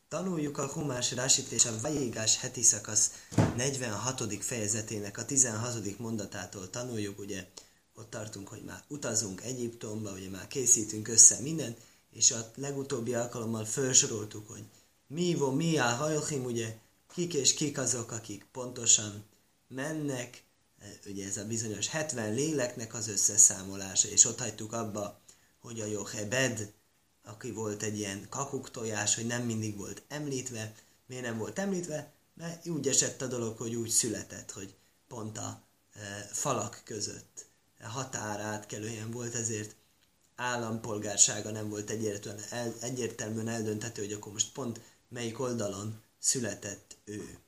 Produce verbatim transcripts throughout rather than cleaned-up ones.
Tanuljuk a Humás Rásit és a Vajégás heti szakasz negyvenhatodik fejezetének a tizenhatodik mondatától tanuljuk, ugye ott tartunk, hogy már utazunk Egyiptomba, ugye már készítünk össze mindent, és a legutóbbi alkalommal felsoroltuk, hogy mi vo, mi áll hajlchim, ugye kik és kik azok, akik pontosan mennek, ugye ez a bizonyos hetven léleknek az összeszámolása, és ott hagytuk abba, hogy a Jochebed, aki volt egy ilyen kakuktojás, hogy nem mindig volt említve. Miért nem volt említve? Mert úgy esett a dolog, hogy úgy született, hogy pont a e, falak között határátkelően volt, ezért állampolgársága nem volt egyértelműen, el, egyértelműen eldönthető, hogy akkor most pont melyik oldalon született ő.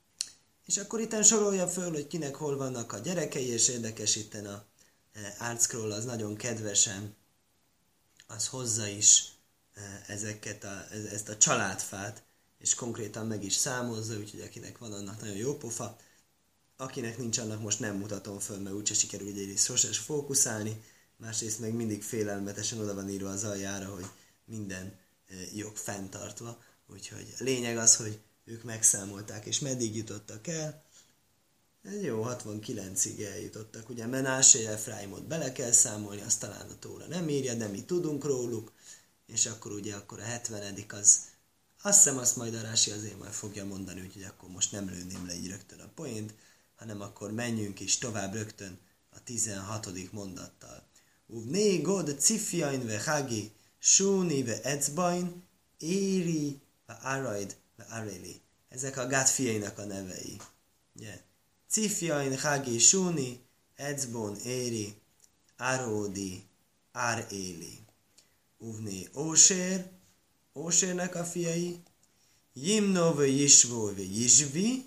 És akkor itten sorolja föl, hogy kinek hol vannak a gyerekei, és érdekes itten a e, Artscroll az nagyon kedvesen az hozza is ezeket a, ezt a családfát, és konkrétan meg is számozza, úgyhogy akinek van, annak nagyon jó pofa. Akinek nincs, annak most nem mutatom föl, mert úgyse sikerül egyrészt sosem fókuszálni, másrészt meg mindig félelmetesen oda van írva az aljára, hogy minden jog fenntartva. Úgyhogy a lényeg az, hogy ők megszámolták, és meddig jutottak el. Ez jó, hatvankilencig eljutottak. Ugye Menásé Efraimot bele kell számolni, azt talán a Tóra nem írja, de mi tudunk róluk, és akkor ugye akkor a hetvenedik az, azt hiszem azt majd a Rási azért majd fogja mondani, úgyhogy akkor most nem lőném le így rögtön a poént, hanem akkor menjünk is tovább rögtön a tizenhatodik mondattal. Uvné god cifjain ve hagi, súni ve ecbain, éri ve araid ve areli. Ezek a Gát fiainak a nevei. Yeah. Cifjain hagi, súni, ecbon, éri, aródi, áréli. Uvné Ósér, Ósérnek a fiai, Jimno ve Jisvó ve Jisvi,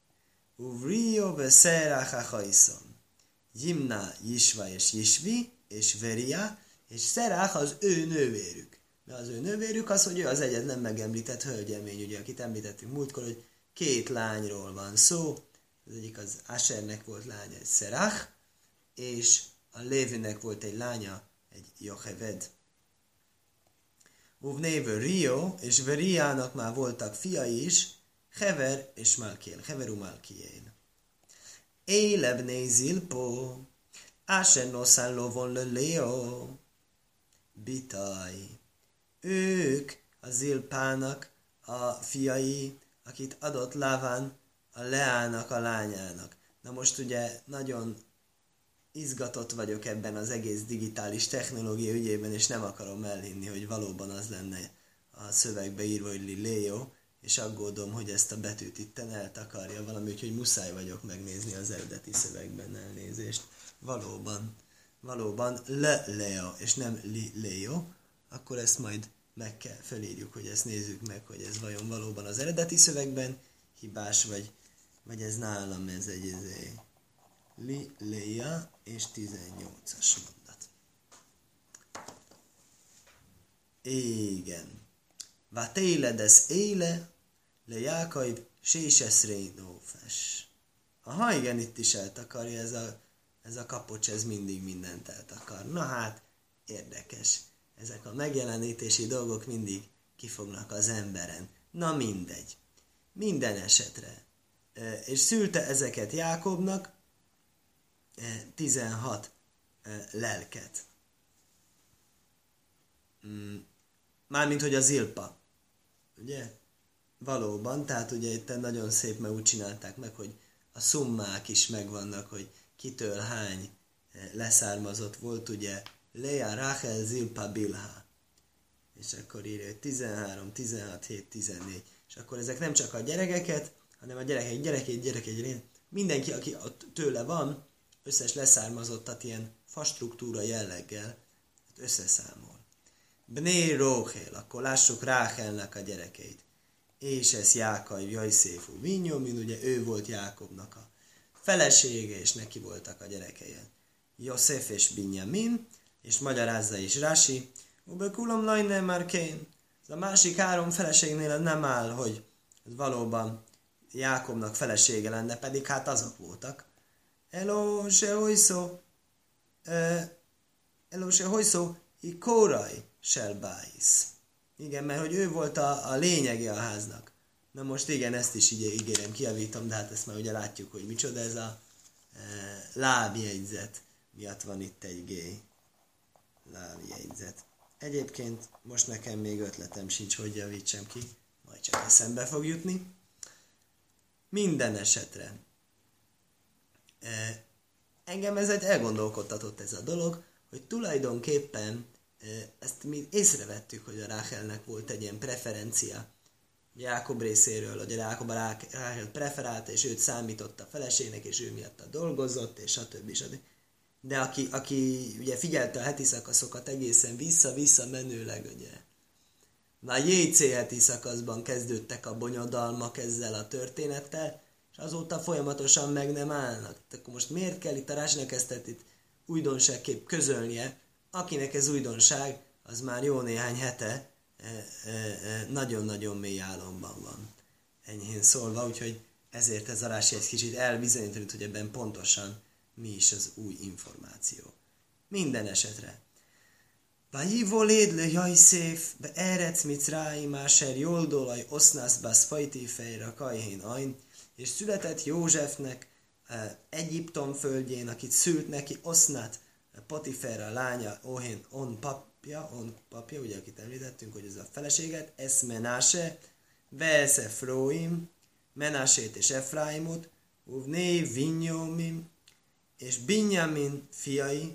Uvrió ve Szerach hachaiszon. Jimna, Jisva és Jisvi, és Veria, és Szerach az ő nővérük. Mert az ő nővérük az, hogy ő az egyetlen megemlített hölgyemény, ugye, akit említettünk múltkor, hogy két lányról van szó. Az egyik az Ashernek volt lánya, egy Szerach, és a Lévinek volt egy lánya, egy Jocheved. Uvnévő Rio, és Veriának már voltak fiai is, Hever és Malkiel, Heveru Malkiel. Élebné Zilpo, Asher noszán lovon le Leo, Bitaj. Ők a Zilpának a fiai, akit adott Láván a Leának a lányának. Na most ugye nagyon izgatott vagyok ebben az egész digitális technológia ügyében, és nem akarom elhinni, hogy valóban az lenne a szövegbe írva, hogy Leo, és aggódom, hogy ezt a betűt itten eltakarja valami, úgyhogy muszáj vagyok megnézni az eredeti szövegben, elnézést. Valóban, valóban Le Leo, és nem Li Leo, akkor ezt majd meg kell, felírjuk, hogy ezt nézzük meg, hogy ez vajon valóban az eredeti szövegben hibás, vagy, vagy ez nálam, ez egy ezé. Li, Leia és tizennyolcas mondat. Igen. Vatéledes éle, le Jákaiv, séseszré nófes. Aha, igen, itt is eltakarja ez a, ez a kapocs, ez mindig mindent eltakar. Na hát, érdekes. Ezek a megjelenítési dolgok mindig kifognak az emberen. Na mindegy. Minden esetre. És szülte ezeket Jákobnak, tizenhat lelket. Mármint, hogy a Zilpa. Ugye? Valóban, tehát ugye itt nagyon szép, mert úgy csinálták meg, hogy a szummák is megvannak, hogy kitől hány leszármazott volt, ugye Lea, Rachel, Zilpa, Bilha. És akkor írja, hogy tizenhárom, tizenhat, hét, tizennégy. És akkor ezek nem csak a gyerekeket, hanem a gyerekek, gyerekét, gyerekét, mindenki, aki ott tőle van, összes leszármazottat ilyen fastruktúra jelleggel összeszámol. Bné Róhél, akkor lássuk Ráchelnek a gyerekeit. És ez Jákaiv, Jajszéfú, Vinyomin, ugye ő volt Jákobnak a felesége, és neki voltak a gyerekei. József és Binyamin, és magyarázza is Rási, Ubekulom lajne már kén. A másik három feleségnél nem áll, hogy ez valóban Jákobnak felesége lenne, pedig hát azok voltak. Elo se hojszó, elo se hojszó, i kóraj selbáisz. Igen, mert hogy ő volt a, a lényege a háznak. Na most igen, ezt is így ígérem, kijavítom, de hát ezt már ugye látjuk, hogy micsoda ez a e, lábjegyzet. Miatt van itt egy G. Lábjegyzet. Egyébként most nekem még ötletem sincs, hogy javítsam ki. Majd csak eszembe fog jutni. Minden esetre. E, engem ez egy elgondolkodtatott ez a dolog, hogy tulajdonképpen e, ezt mi észrevettük, hogy a Ráhelnek volt egy ilyen preferencia Jákob részéről, hogy a Jákob a Ráhel preferálta, és őt számította feleségnek, és ő miatta dolgozott, és stb. stb. De aki, aki ugye figyelte a heti szakaszokat egészen vissza-vissza menőleg, ugye, már jé cé heti szakaszban kezdődtek a bonyodalmak ezzel a történettel, és azóta folyamatosan meg nem állnak. Akkor most miért kell itt a Rásinak ezt itt újdonságképp közölnie, akinek ez újdonság, az már jó néhány hete nagyon-nagyon mély álomban van, enyhén szólva, úgyhogy ezért ez a Rási egy kicsit elbizonyított, hogy ebben pontosan mi is az új információ. Minden esetre. Vajivol édlő Jajszéf, be Erec Micráim, Áser Joldolaj, Osznász Bász Fajti Fejra, Kajhén Ajn, és született Józsefnek Egyiptom földjén, akit szült neki Osznát, Potiferra lánya, Ohén On papja, On papja, ugye akit említettünk, hogy ez a feleséget, Ez Menáse, Vesz Efróim, Menásét és Efráimot, Uvné Vinyomim, és Binyamin fiai,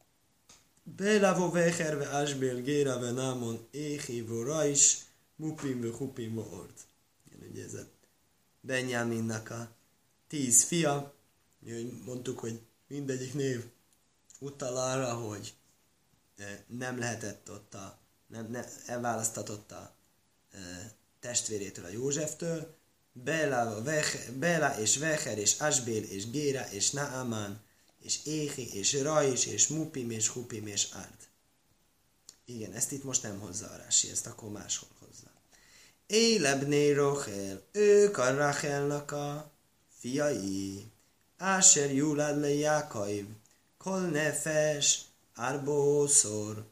Belavo Vecherve Asbél Gérave Námon Éhi Vorais, Mupim ve Hupim Ort. Ugye ez a Benjaminnak a tíz fia, mondtuk, hogy mindegyik név utal arra, hogy nem lehetett ott a, nem, nem, elválasztatott a e, testvérétől, a Józseftől, Bela, Vecher, Bela és Vecher és Asbél és Géra és Naamán és Éhi és Rais és Mupim és Hupim és Árd. Igen, ezt itt most nem hozza a Rási, ezt akkor máshol hozza. Élebné Rochel, ők a Rachelnak a fiai. Áser Júlád le Jákaiv, Kol Nefes, Árbószor,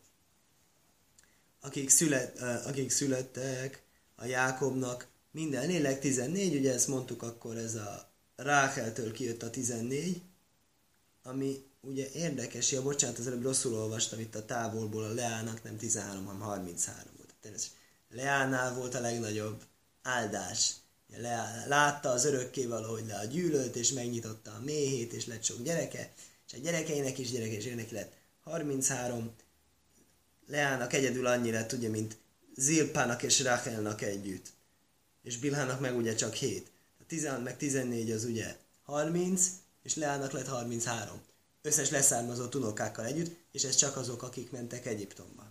akik, szület, akik születtek a Jákobnak, minden lélek tizennégy, ugye ezt mondtuk, akkor ez a Ráheltől kijött a tizennégy, ami ugye érdekes, ja bocsánat, az előbb rosszul olvastam itt a távolból, a Leának nem tizenhárom, hanem harminchárom volt. Természetesen Leánál volt a legnagyobb áldás. Leá, látta az örökkévaló, hogy le a gyűlölt, és megnyitotta a méhét, és lett sok gyereke, és a gyerekeinek is gyereke, és őnek lett harminchárom. Leának egyedül annyi lett, ugye, mint Zilpának és Ráchelnak együtt. És Bilhának meg ugye csak hét. A tizenhat meg tizennégy az ugye harminc, és Leának lett harminchárom. Összes leszármazott unokákkal együtt, és ez csak azok, akik mentek Egyiptomba.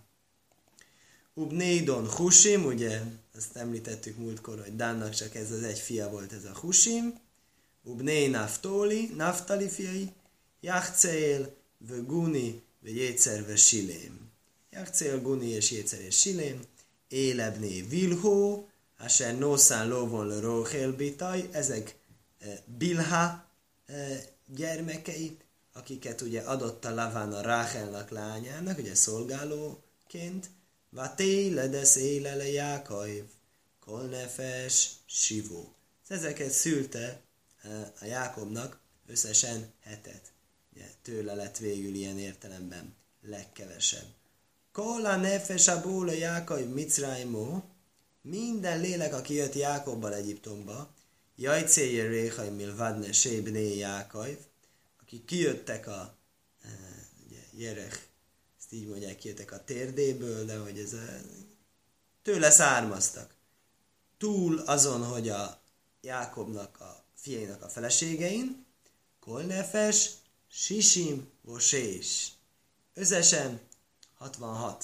Ubnédon Husim, ugye, azt említettük múltkor, hogy Dánnak csak ez az egy fia volt, ez a Husim. Ubné Naftoli, Naftali fiai, Jachcél, Vöguni, Jétszer, ve Silém. Jachcél, Guni és Jétszer és Silém. Élebné Vilhó, Asher Nószán Lóvon le Rochel Bitaj, ezek e, Bilha e, gyermekei, akiket ugye adott a Laván a Ráchelnak lányának, ugye szolgálóként. Vaté ledesz élele Jákaiv, Kolnefes Sivó. Ezeket szülte e, a Jákobnak összesen hetet. Ugye, tőle lett végül ilyen értelemben legkevesebb. Kola nefes abóla Jákaiv Micráimó, minden lélek, aki jött Jákobbal Egyiptomba, Jajcéje Réhaj Milvadne Sébné Jákaiv, akik kijöttek a e, ugye, Jerech, ezt így mondják, kijöttek a térdéből, de hogy ez a, tőle származtak. Túl azon, hogy a Jákobnak a fiainak a feleségein, Kolnefes, Sisim, Vosés. Összesen hatvanhat.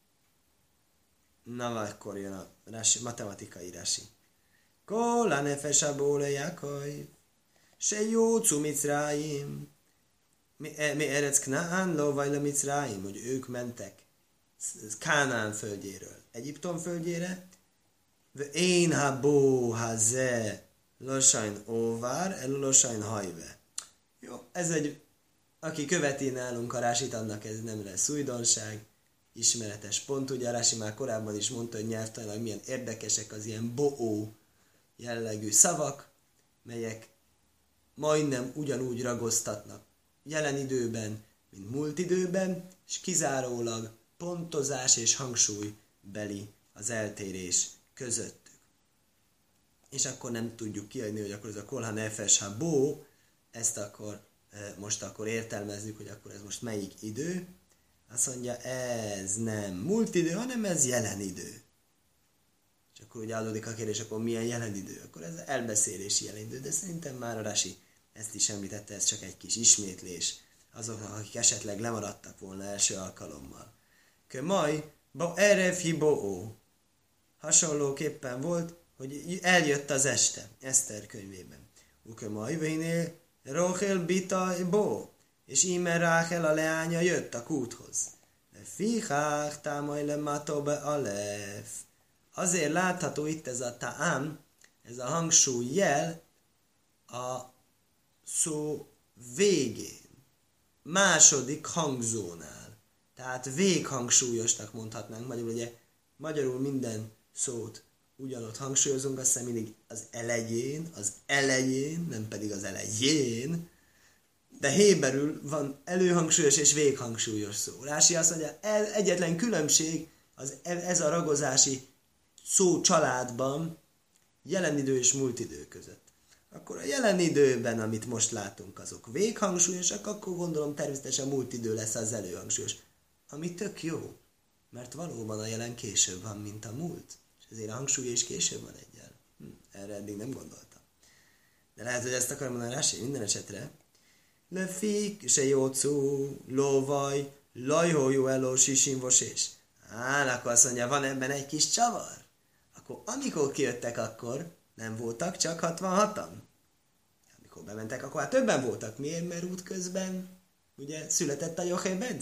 Na, akkor jön a rási, matematikai rási. Kola nefes abóle Jákaiv, se jócu Micráim, mi erec Knaán lóvajla Micráim, hogy ők mentek Kánán földjéről Egyiptom földjére, ve én ha bó ha ze losajn óvár, el losajn hajve. Jó, ez egy, aki követi nálunk a rásit, annak ez nem lesz újdonság. ismeretes pont. Ugye Rási már korábban is mondta, hogy nyelvtanilag milyen érdekesek az ilyen boó jellegű szavak, melyek majdnem ugyanúgy ragoztatnak jelen időben, mint múlt időben, és kizárólag pontozás és hangsúlybeli az eltérés közöttük. És akkor nem tudjuk kiadni, hogy akkor ez a kolha nefes ha bó, ezt akkor most akkor értelmezzük, hogy akkor ez most melyik idő. Azt mondja, ez nem múlt idő, hanem ez jelen idő. És akkor ugye adódik a kérdés, akkor milyen jelen idő? Akkor ez elbeszélési jelen idő, de szerintem már a Rasi ezt is említette, ez csak egy kis ismétlés azoknak, akik esetleg lemaradtak volna első alkalommal. Kömaj, ba erev hibo. Hasonlóképpen volt, hogy eljött az este, Eszter könyvében. Ukömaj, vénél Rochel bita bo. És íme Ráhel a leánya jött a kúthoz. Fichák támaj le matobe alef. Azért látható itt ez a taám, ez a hangsúly jel a szó végén, második hangzónál. Tehát véghangsúlyosnak mondhatnánk magyarul, ugye magyarul minden szót ugyanott hangsúlyozunk, azt hiszem mindig az elején, az elején, nem pedig az elején, de héberül van előhangsúlyos és véghangsúlyos szó. Rási azt mondja, ez egyetlen különbség az, ez a ragozási szó családban jelen idő és múlt idő között. Akkor a jelen időben, amit most látunk, azok véghangsúlyosak, akkor gondolom természetesen múlt idő lesz az előhangsúlyos. Ami tök jó, mert valóban a jelen később van, mint a múlt. És ezért a hangsúly is később van egyel. Hm, erre eddig nem gondoltam. De lehet, hogy ezt akarom mondani Rási minden esetre. Lefik, se jócú, lóvaj, lajhójú eló, sisinvosés. Á, akkor azt mondja, van ebben egy kis csavar. Akkor amikor kijöttek, akkor nem voltak csak hatvanhatan. Amikor bementek, akkor hát többen voltak. Miért? Mert útközben ugye született a Jochebed.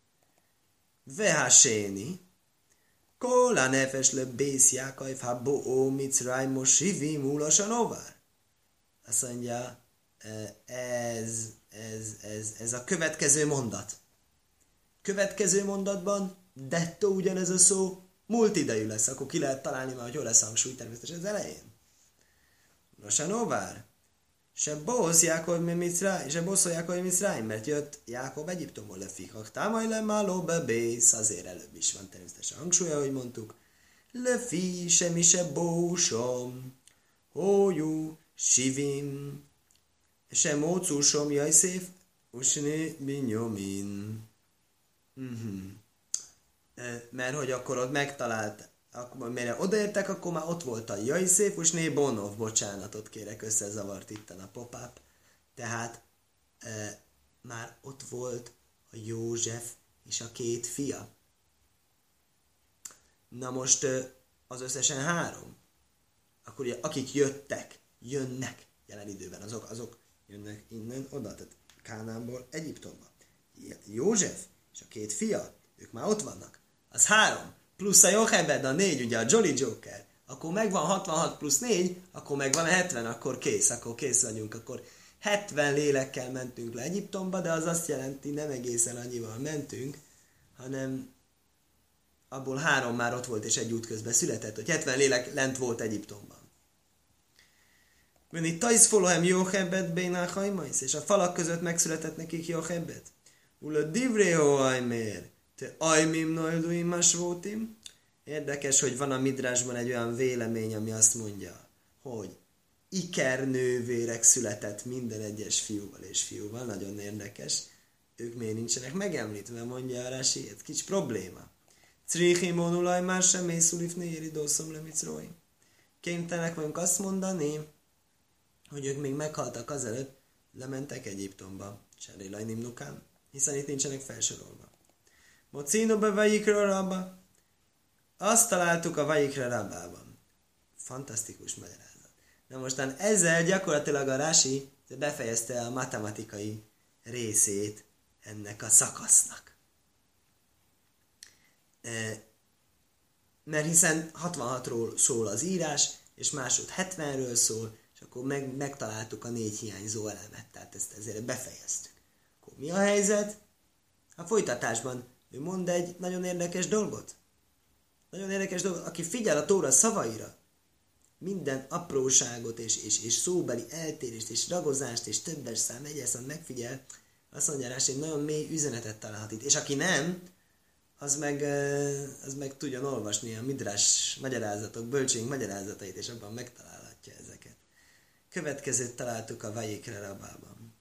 Vehaséni. Kóla nefes le bész jákajf ha boó micrájmos sivi múlosan ovár. Azt mondja, ez, ez, ez, ez a következő mondat. Következő mondatban dettó ugyanez a szó múlt idejű lesz, akkor ki lehet találni már, hogy hol lesz hangsúly természetesen az elején. Múlosan ovár. Se bósz Jákob mi Micráim, se bószol Jákob mi Micráim, mert jött Jákob Egyiptomból lefikak. Támaj le máló bebész, azért előbb is van természetesen hangsúlya, ahogy mondtuk. Lefi, semmi se bósom, hójú, sivim, se mócúsom, jajszéf, usni binyomin. Mm-hmm. Mert hogy akkor ott megtalált, akkor, mire odaértek, akkor már ott volt a Jajszéf, és né Bonov, bocsánatot kérek, összezavart itten a pop-up. Tehát e, már ott volt a József és a két fia. Na most e, az összesen három. Akkor ugye akik jöttek, jönnek jelen időben, azok, azok jönnek innen oda, tehát Kánánból Egyiptomba. József és a két fia, ők már ott vannak. Az három, plusz a Jochebed, a négy, ugye a Jolly Joker, akkor megvan hatvanhat plusz négy, akkor megvan a hetven, akkor kész, akkor kész vagyunk, akkor hetven lélekkel mentünk le Egyiptomba, de az azt jelenti, nem egészen annyival mentünk, hanem abból három már ott volt, és egy út közben született, hogy hetven lélek lent volt Egyiptomban. Mert itt tajszfolohem Jochebed bénáhajmajsz, és a falak között megszületett nekik Jochebed. Ula divrého ajmér. Te ajmim najduim masvótim. Érdekes, hogy van a Midrásban egy olyan vélemény, ami azt mondja, hogy ikernővérek született minden egyes fiúval és fiúval. Nagyon érdekes. Ők miért nincsenek megemlítve, mondja a Rási, ez kicsi probléma.Crichimon ulaj már sem észulifné éridószom lemicrói. Kénytelenek vagyunk azt mondani, hogy ők még meghaltak azelőtt, lementek Egyiptomba. Serélajnim nukám, hiszen itt nincsenek felsorolva. Mocino Vajikra Rabba. Azt találtuk a Vajikra Rabbában. Fantasztikus magyarázat. Na mostan ezzel gyakorlatilag a Rási befejezte a matematikai részét ennek a szakasznak. E, mert hiszen hatvanhatról szól az írás, és másod hetvenről szól, és akkor meg, megtaláltuk a négy hiányzó elemet, tehát ezt ezért befejeztük. Akkor mi a helyzet? A folytatásban ő mond egy nagyon érdekes dolgot. Nagyon érdekes dolgot, aki figyel a Tóra szavaira, minden apróságot és, és, és szóbeli eltérést és ragozást és többes szám, egyes szám megfigyel, azt mondja rá, hogy nagyon mély üzenetet találhat itt. És aki nem, az meg, az meg tudjon olvasni a midrás magyarázatok, bölcsénk magyarázatait, és abban megtalálhatja ezeket. Következőt találtuk a Vajikra rabában.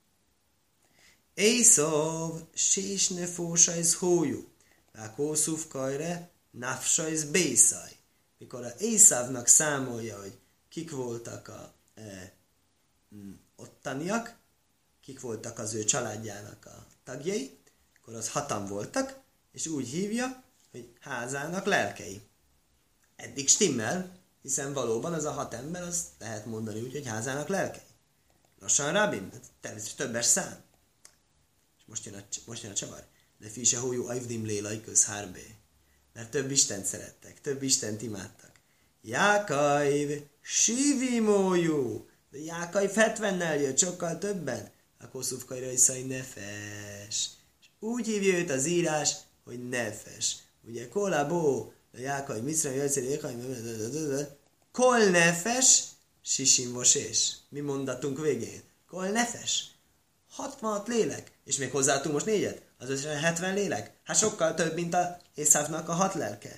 Észov, sés nefósajz hójú, vákószúf kajre, nafsajz bészaj. Mikor a Észávnak számolja, hogy kik voltak a e, ottaniak, kik voltak az ő családjának a tagjai, akkor az hatan voltak, és úgy hívja, hogy házának lelkei. Eddig stimmel, hiszen valóban az a hat ember, azt lehet mondani úgy, hogy házának lelkei. Lassan Rabin, természetesen többes szám. És most jön a, most jön a csavar. De fi se hójú ajvdim lélai köz hárbé. Mert több Istent szerettek, több Istent imádtak. Jákaiv, sivimójú. De Jákaiv hetvennel jött, sokkal többen. A koszufkai rajszai nefes. És úgy hívja őt az írás, hogy nefes. Ugye, kolabó, a Jákaiv, Miszrai, Jöjszeri, Jákaiv, kol nefes, sisimos és. Mi mondatunk végén? Kol nefes. hatvanhat lélek. És még hozzáadtunk most négyet? Az összesen hetven lélek? Hát sokkal több, mint a Észávnak a hat lelke.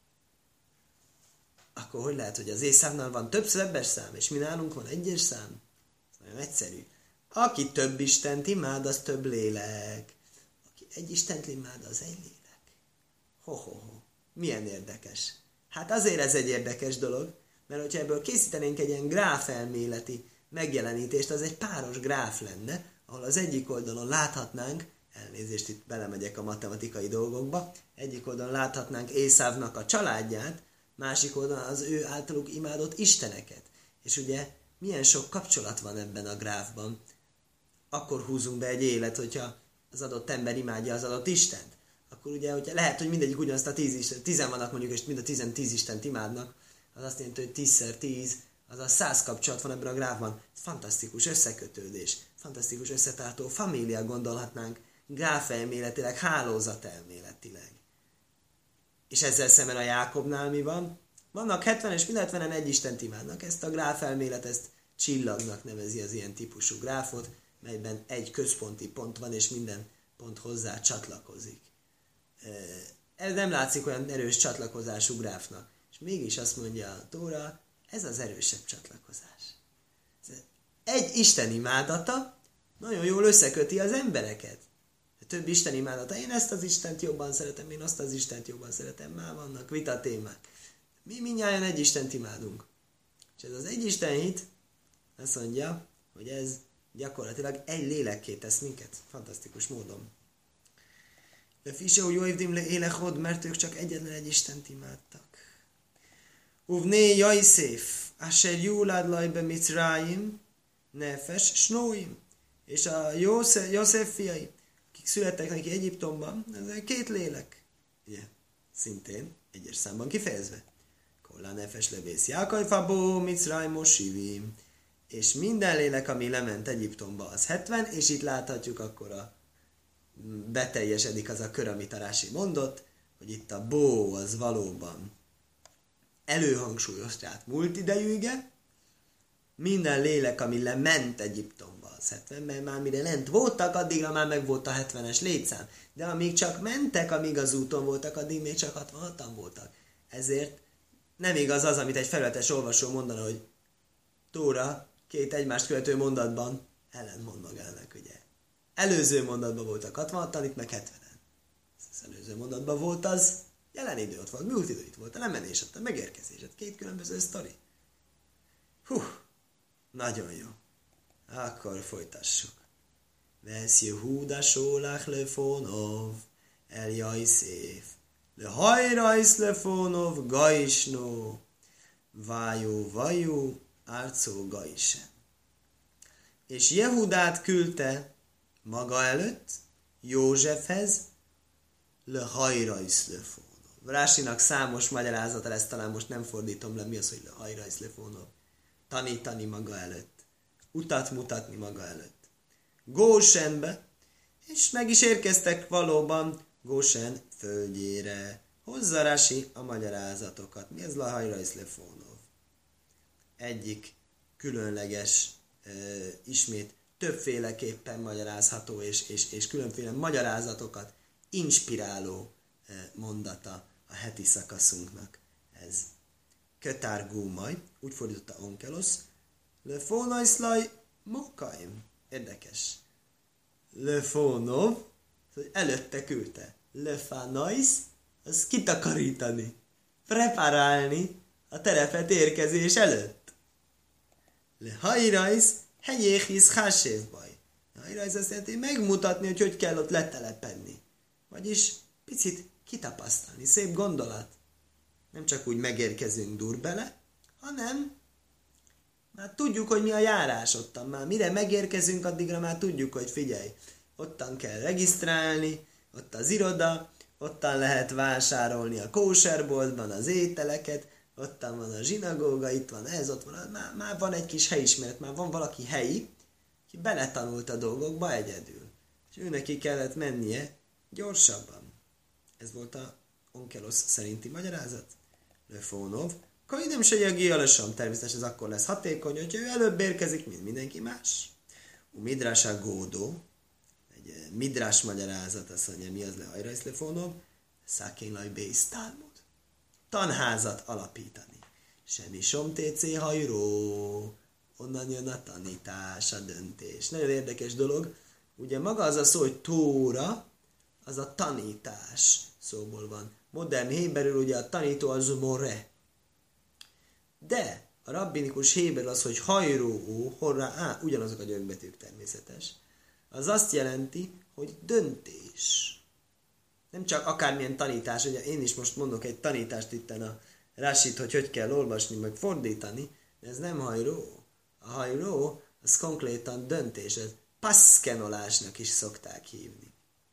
Akkor hogy lehet, hogy az Észávnál van több szöbbes szám, és mi nálunk van egyes szám? Ez nagyon egyszerű. Aki több Istent imád, az több lélek. Aki egy Istent imád, az egy lélek. Ho-ho-ho. Milyen érdekes. Hát azért ez egy érdekes dolog, mert hogyha ebből készítenénk egy ilyen gráfelméleti megjelenítést, az egy páros gráf lenne, ahol az egyik oldalon láthatnánk, elnézést, itt belemegyek a matematikai dolgokba, egyik oldalon láthatnánk Észávnak a családját, másik oldalon az ő általuk imádott isteneket. És ugye milyen sok kapcsolat van ebben a gráfban. Akkor húzunk be egy élet, hogyha az adott ember imádja az adott Istent. Akkor ugye, hogyha lehet, hogy mindegyik ugyanazt a tíz Istent, tizen vannak mondjuk, és mind a tizen tíz Istent imádnak, az azt jelenti, hogy tízszer tíz, azaz száz kapcsolat van ebben a gráfban. Fantasztikus összekötődés, fantasztikus összetartó família, gondolhatnánk, gráfelméletileg, hálózatelméletileg. És ezzel szemben a Jákobnál mi van? Vannak hetven és mind hetvenen egy Istent imádnak. Ezt a gráfelmélet, ezt csillagnak nevezi az ilyen típusú gráfot, melyben egy központi pont van, és minden pont hozzá csatlakozik. Ez nem látszik olyan erős csatlakozású gráfnak. És mégis azt mondja a Tóra, ez az erősebb csatlakozás. Egy Isten imádata nagyon jól összeköti az embereket. Több Isten imádata. Én ezt az Istent jobban szeretem, én azt az Istent jobban szeretem. Már vannak vitatémák. Mi mindnyájan egy Istent imádunk. És ez az egy Isten hit azt mondja, hogy ez gyakorlatilag egy lélekké tesz minket. Fantasztikus módon. De Fiseu Jóivdim le élechod, mert ők csak egyetlen egy Istent imádtak. Uvné Jajszéf, Asher Júlád lajbe Micráim, Nefes, Snóim. És a József fiai, akik születtek neki Egyiptomban, ez két lélek. Ugye, szintén egyes számban kifejezve. Kollá nefes levész Jákajfabó, Micráim, Sivim. És minden lélek, ami lement Egyiptomba, az hetven, és itt láthatjuk akkor a beteljesedik az a kör, amit a Rási mondott, hogy itt a bó az valóban előhangsúlyozta át múlt idejűge, minden lélek, ami lement Egyiptomba, az hetven, mert már mire lent voltak, addigra már meg volt a hetvenes létszám. De amíg csak mentek, amíg az úton voltak, addig még csak hatvanhatan voltak. Ezért nem igaz az, amit egy felületes olvasó mondana, hogy Tóra két egymást követő mondatban ellentmond magának, ugye. Előző mondatban voltak hatvanhatan, itt meg hetvenen. Az előző mondatban volt az, jelen idő ott volt, múlt idő itt volt, a lemenés ott, a megérkezés, ott két különböző sztori. Hú, nagyon jó. Akkor folytassuk. Vesz Jehúda sólach lefonov, el Jajszéf, le hajrajsz lefonov, gaisno, vájú, vajú, árcó gaisen. És Jehudát küldte maga előtt Józsefhez, le hajrajsz lefonov. Rásinak számos magyarázata, ezt talán most nem fordítom le, mi az, hogy le hajrajsz lefonov. Tanítani maga előtt. Utat mutatni maga előtt. Gósenbe, és meg is érkeztek valóban Gósen földjére. Hozza Rasi a magyarázatokat. Mi ez Lahajrajsz Lefonov? Egyik különleges, e, ismét többféleképpen magyarázható és, és, és különféle magyarázatokat inspiráló e, mondata a heti szakaszunknak. Ez Kötár Gúmaj, úgy fordította Onkelosz, Lefonajszlaj Mokaim. Érdekes. Lefonov, hogy előtte küldte. Lefanajsz, az kitakarítani, preparálni a terepet érkezés előtt. Lehajrajsz, hegyéhisz hásévbaj. Hajrajsz azt jelenti, megmutatni, hogy hogy kell ott letelepedni. Vagyis picit kitapasztalni. Szép gondolat. Nem csak úgy megérkezünk Durbele, hanem már tudjuk, hogy mi a járás ottan. Már mire megérkezünk, addigra már tudjuk, hogy figyelj, ottan kell regisztrálni, ott az iroda, ottan lehet vásárolni a kóserboltban az ételeket, ottan van a zsinagóga, itt van ez, ott van, már, már van egy kis helyismeret, már van valaki helyi, ki beletanult a dolgokba egyedül. És ő neki kellett mennie gyorsabban. Ez volt a Onkelosz szerinti magyarázat. Lefonov. Kaidem se jagi alasan, természetesen ez akkor lesz hatékony, hogy ő előbb érkezik, mint mindenki más. A Midrás a Gódó, egy Midrás magyarázat, azt mondja, mi az Lehajrajsz Lefonov? Szákénlaj Bész Talmud. Tanházat alapítani. Semmi somtécé hajró. Onnan jön a tanítás, a döntés. Nagyon érdekes dolog. Ugye maga az a szó, hogy Tóra, az a tanítás szóból van. Modern héberül ugye a tanító az more. De a rabbinikus héber az, hogy hajró, horrá, á, ugyanazok a gyökbetűk természetes. Az azt jelenti, hogy döntés. Nem csak akármilyen tanítás, ugye én is most mondok egy tanítást itten a Rasit, hogy hogy kell olvasni, meg fordítani, de ez nem hajró. A hajró, az konkrétan döntés, ez paszkenolásnak is szokták hívni.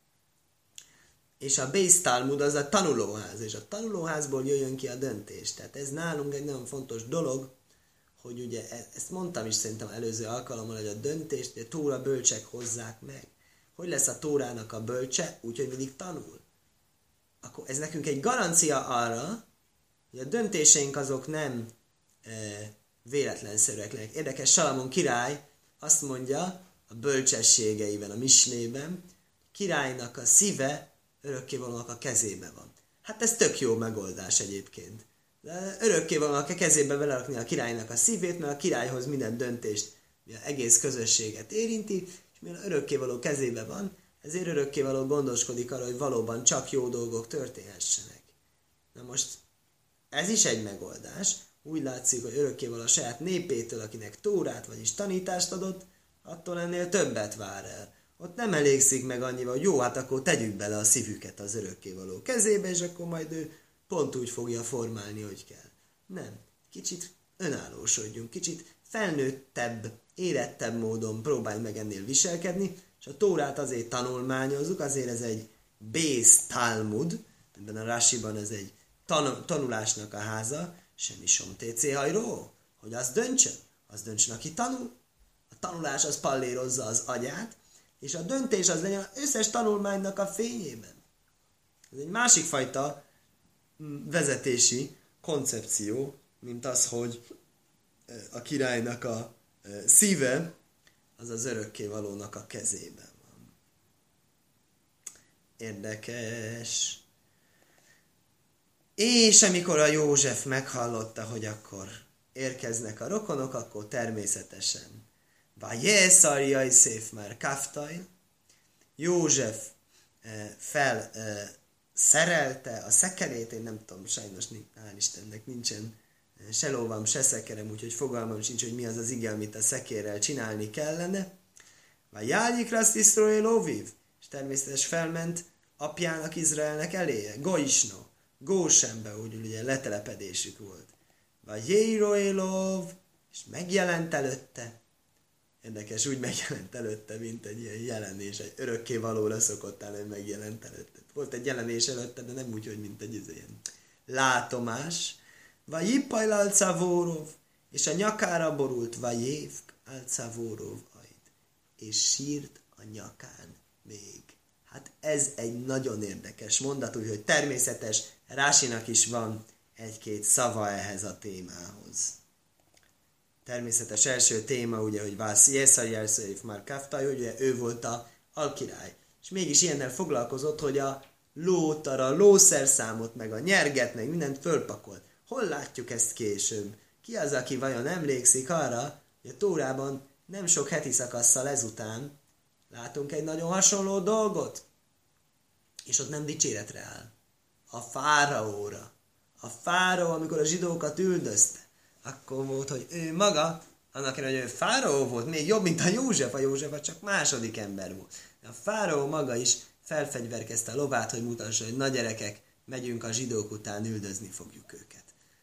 És a Bész Talmud az a tanulóház, és a tanulóházból jöjjön ki a döntés. Tehát ez nálunk egy nagyon fontos dolog, hogy ugye ezt mondtam is szerintem előző alkalommal, hogy a döntést a Tóra bölcsek hozzák meg. Hogy lesz a Tórának a bölcse? Úgyhogy mindig tanul. Akkor ez nekünk egy garancia arra, hogy a döntéseink azok nem e, véletlenszerűek lennek. Érdekes, Salamon király azt mondja a bölcsességeiben, a Misnében, királynak a szíve örökkévalónak a kezébe van. Hát ez tök jó megoldás egyébként. De örökkévalónak a kezébe belerakni a királynak a szívét, mert a királyhoz minden döntést, mi az egész közösséget érinti, és mivel örökkévaló kezébe van, ezért örökkévaló gondoskodik arra, hogy valóban csak jó dolgok történhessenek. Na most ez is egy megoldás. Úgy látszik, hogy örökkévaló a saját népétől, akinek Tórát, vagyis tanítást adott, attól ennél többet vár el. Ott nem elégszik meg annyival, hogy jó, hát akkor tegyük bele a szívüket az örökkévaló kezébe, és akkor majd ő pont úgy fogja formálni, hogy kell. Nem. Kicsit önállósodjunk, kicsit felnőttebb, érettebb módon próbálj meg ennél viselkedni, és a Tórát azért tanulmányozzuk, azért ez egy Bész Talmud, ebben a Rashiban ez egy tan- tanulásnak a háza, semmi somtécé hajró, hogy az döntsön, az döntsön, aki tanul. A tanulás az pallérozza az agyát, és a döntés az legyen az összes tanulmánynak a fényében. Ez egy másik fajta vezetési koncepció, mint az, hogy a királynak a szíve az az örökkévalónak a kezében van. Érdekes. És amikor a József meghallotta, hogy akkor érkeznek a rokonok, akkor természetesen Vajészarjai széf már kaftaj. József fel szerelte a szekerét, én nem tudom, sajnos hál' Istennek nincsen se lovam, se szekerem, úgyhogy fogalmam sincs, hogy mi az az ige, amit a szekérrel csinálni kellene. Vájágyik rasztisztrói lóvív, és természetesen felment apjának, Izraelnek eléje, Goisno, Gósenbe, úgy ugye letelepedésük volt. Vájérói lóv, és megjelent előtte. Érdekes, úgy megjelent előtte, mint egy ilyen jelenés, egy örökkévalóra szokott el, hogy megjelent előtte. Volt egy jelenés előtte, de nem úgy, hogy mint egy ilyen látomás. Vajippajl alcavórov, és a nyakára borult Vajévk alcavórov ajd, és sírt a nyakán még Hát ez egy nagyon érdekes mondat, úgyhogy természetes, Rásinak is van egy-két szava ehhez a témához. Természetes első téma, ugye, hogy Vász Jészai Jelszőif már Kaftaj, ugye ő volt a alkirály. És mégis ilyennel foglalkozott, hogy a lótar, a lószerszámot, meg a nyerget, meg mindent fölpakolt. Hol látjuk ezt később? Ki az, aki vajon emlékszik arra, hogy a Tórában nem sok heti szakasszal ezután látunk egy nagyon hasonló dolgot? És ott nem dicséretre áll. A fáraóra. A fáraó, amikor a zsidókat üldözte, akkor volt, hogy ő maga, annak hogy ő fáraó volt, még jobb, mint a József, a József csak második ember volt. A fáraó maga is felfegyverkezte a lovát, hogy mutassa, hogy na gyerekek, megyünk a zsidók után, üldözni fogjuk őket.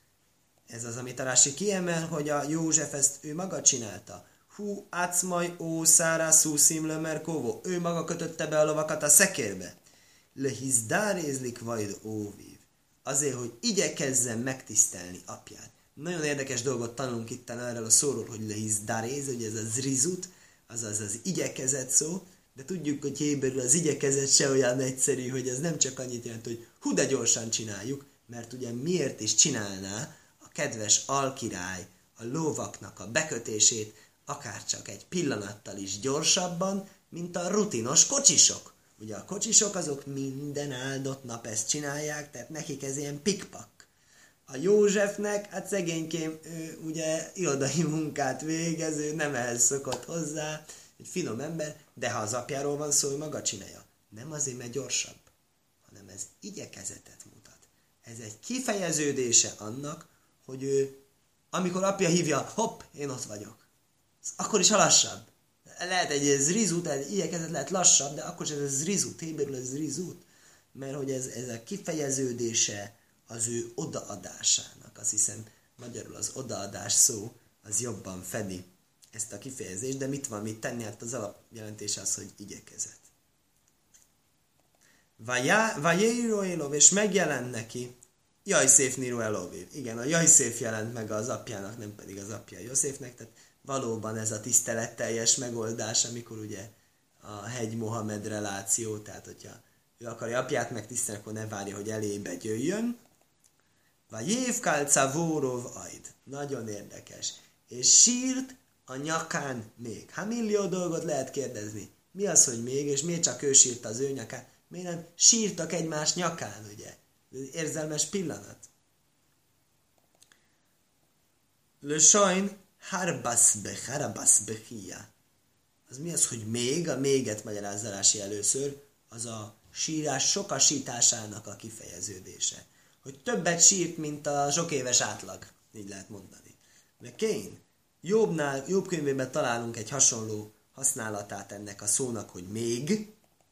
Ez az, amit a Rási kiemel, hogy a József ezt ő maga csinálta. Hú, ácmaj, ó, szára, szúszim, lömerkóvó. Ő maga kötötte be a lovakat a szekérbe. Lehizdárézlik vajd óvív. Azért, hogy igyekezzen megtisztelni apját. Nagyon érdekes dolgot tanulunk itt erről a szóról, hogy lehizdáréz, hogy ez a zrizut, azaz az igyekezett szó, de tudjuk, hogy héberül az igyekezet se olyan egyszerű, hogy ez nem csak annyit jelent, hogy hú, de gyorsan csináljuk, mert ugye miért is csinálná a kedves alkirály a lóvaknak a bekötését akár csak egy pillanattal is gyorsabban, mint a rutinos kocsisok. Ugye a kocsisok azok minden áldott nap ezt csinálják, tehát nekik ez ilyen pikpak. A Józsefnek, hát szegénykém, ő ugye irodai munkát végez, ő nem ehhez szokott hozzá, egy finom ember, de ha az apjáról van szó, ő maga csinálja. Nem azért, mert gyorsabb, hanem ez igyekezetet mutat. Ez egy kifejeződése annak, hogy ő, amikor apja hívja, hopp, én ott vagyok. Akkor is lassabb. Lehet egy zrizut, egy igyekezet lehet lassabb, de akkor is ez a zrizut, héberül ez zrizut, mert hogy ez, ez a kifejeződése az ő odaadásának. Azt hiszem, magyarul az odaadás szó, az jobban fedi ezt a kifejezést, de mit van mit tenni? Hát az alapjelentés az, hogy igyekezett. Vajéiro Elov, és megjelent neki Jajszéf Niro Elovév. Igen, a Jajszéf jelent meg az apjának, nem pedig az apja Józsefnek, tehát valóban ez a tiszteletteljes megoldás, amikor ugye a hegy Mohamed reláció, tehát hogyha ő akarja apját megtisztelni, akkor ne várja, hogy elébe jöjjön. Vajév Kálcavórov Ajd. Nagyon érdekes. És sírt a nyakán még. Hát millió dolgot lehet kérdezni. Mi az, hogy még, és miért csak ő sírt az ő nyakán? Miért nem sírtak egymás nyakán, ugye? Érzelmes pillanat. Le sajn harbaszbe, harabaszbe hia. Az mi az, hogy még? A méget magyarázza Rási először, az a sírás sokasításának a kifejeződése. Hogy többet sírt, mint a sok éves átlag. Így lehet mondani. De Kén, Jobbnál, Jobb könyvében találunk egy hasonló használatát ennek a szónak, hogy még.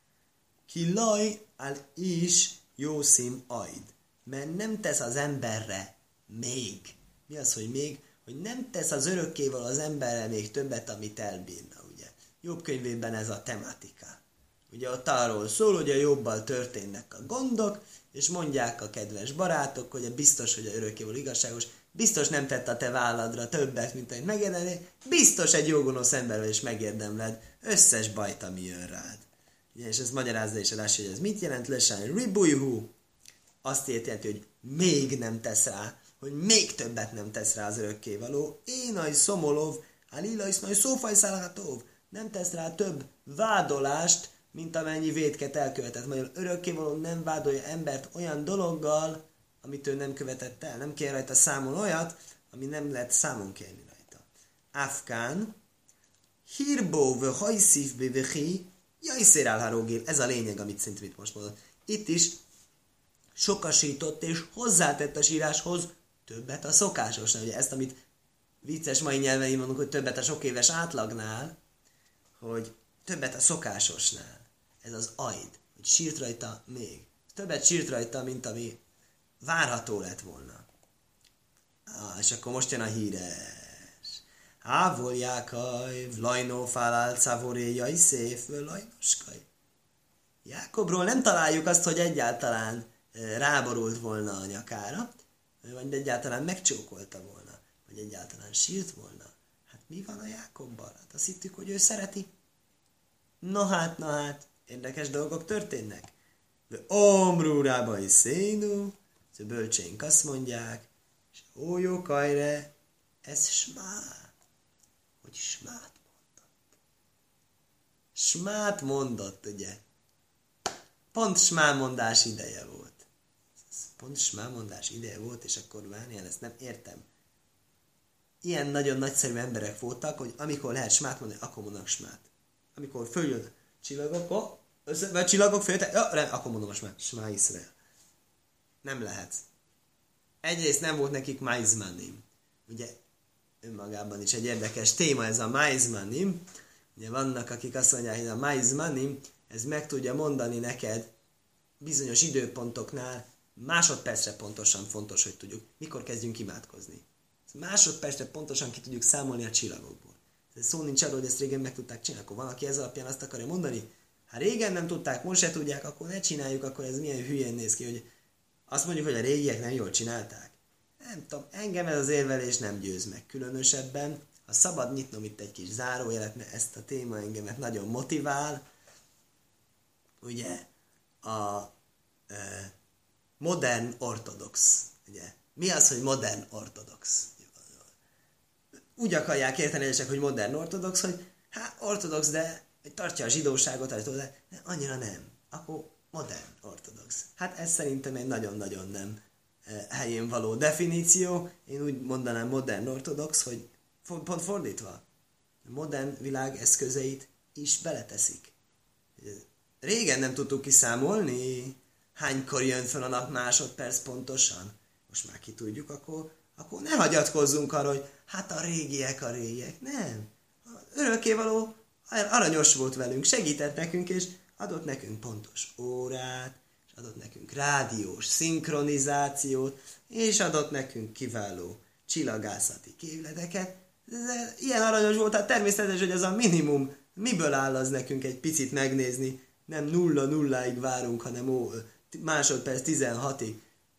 Ki laj al is jószim ajd. Mert nem tesz az emberre még. Mi az, hogy még? Hogy nem tesz az örökkéval az emberre még többet, amit elbírna, ugye. Jobb könyvében ez a tematika. Ugye ott arról szól, hogy a Jobbal történnek a gondok, és mondják a kedves barátok, hogy biztos, hogy a örökkéval igazságos, biztos nem tett a te válladra többet, mint amit megérdemled, biztos egy jó gonosz emberrel is megérdemled összes bajt, ami jön rád. Ugye, és ez magyarázza is a Rási, hogy ez mit jelent? Lesán ribujhu. Azt jelenti, hogy még nem tesz rá, hogy még többet nem tesz rá az örökkévaló. Énaj szomolov, alila iszmaj szófaj szálhatov. Nem tesz rá több vádolást, mint amennyi vétket elkövetett. Magyarul örökkévaló nem vádolja embert olyan dologgal, amit ő nem követett el. Nem kér rajta számon olyat, ami nem lehet számon kérni rajta. Afkán, hirbó vö hajszív bevehi, jajszér álharógél. Ez a lényeg, amit szintén most mondod. Itt is sokasított és hozzátett a síráshoz többet a szokásosnál. Ugye ezt, amit vicces mai nyelven mondunk, hogy többet a sok éves átlagnál, hogy többet a szokásosnál. Ez az ajd, hogy sírt rajta még. Többet sírt rajta, mint ami várható lett volna. Ah, és akkor most jön a híres. Hávoljákaj, Vlajnó fálál szavoréjai szép, Lajnoskaj. Jákobról nem találjuk azt, hogy egyáltalán ráborult volna a nyakára, vagy egyáltalán megcsókolta volna, vagy egyáltalán sírt volna. Hát mi van a Jákobbal? Hát azt hittük, hogy ő szereti. No hát, no hát, érdekes dolgok történnek. De omrúrába is szénú, a bölcsénk azt mondják, és ó, jó kajre, ez smát. Hogy smát mondott. Smát mondott, ugye? Pont smámondás ideje volt. Pont smámondás ideje volt, és akkor várjál, ezt nem értem. Ilyen nagyon nagyszerű emberek voltak, hogy amikor lehet smát mondani, akkor mondanak smát. Amikor följön csillagok, oh, össze, vagy csillagok följöttek, ja, rend, akkor mondom a smát. Smá Iszrael. Nem lehet. Egyrészt nem volt nekik maizmanim. Ugye önmagában is egy érdekes téma ez a maizmanim. Ugye vannak, akik azt mondják, hogy a maizmanim, ez meg tudja mondani neked bizonyos időpontoknál, másodpercre pontosan fontos, hogy tudjuk, mikor kezdjünk imádkozni. Másodpercre pontosan ki tudjuk számolni a csillagokból. Ez szó nincs arról, hogy ezt régen meg tudták csinálni. Akkor van, aki ez alapján azt akarja mondani, ha régen nem tudták, most se tudják, akkor ne csináljuk, akkor ez milyen hülyén néz ki, hogy azt mondjuk, hogy a régiek nem jól csinálták. Nem tudom, engem ez az érvelés nem győz meg különösebben. Ha szabad nyitnom itt egy kis zárójelet, mert ezt a téma engemet nagyon motivál. Ugye a e, modern ortodox. Ugye? Mi az, hogy modern ortodox? Úgy akarják érteni egyesek, hogy modern ortodox, hogy hát ortodox, de tartja a zsidóságot, de annyira nem. Akkor modern ortodox. Hát ez szerintem egy nagyon-nagyon nem helyén való definíció. Én úgy mondanám modern ortodox, hogy pont fordítva. A modern világ eszközeit is beleteszik. Régen nem tudtuk kiszámolni, hánykor jön fel a nap másodperc pontosan. Most már ki tudjuk, akkor, akkor ne hagyatkozzunk arra, hogy hát a régiek a régiek. Nem. Örökkévaló aranyos volt velünk, segített nekünk, és adott nekünk pontos órát, és adott nekünk rádiós szinkronizációt, és adott nekünk kiváló csillagászati képleteket. Ilyen aranyos volt, hát természetes, hogy ez a minimum. Miből áll az nekünk egy picit megnézni? Nem nulla nulláig várunk, hanem ó, másodperc tizenhatig.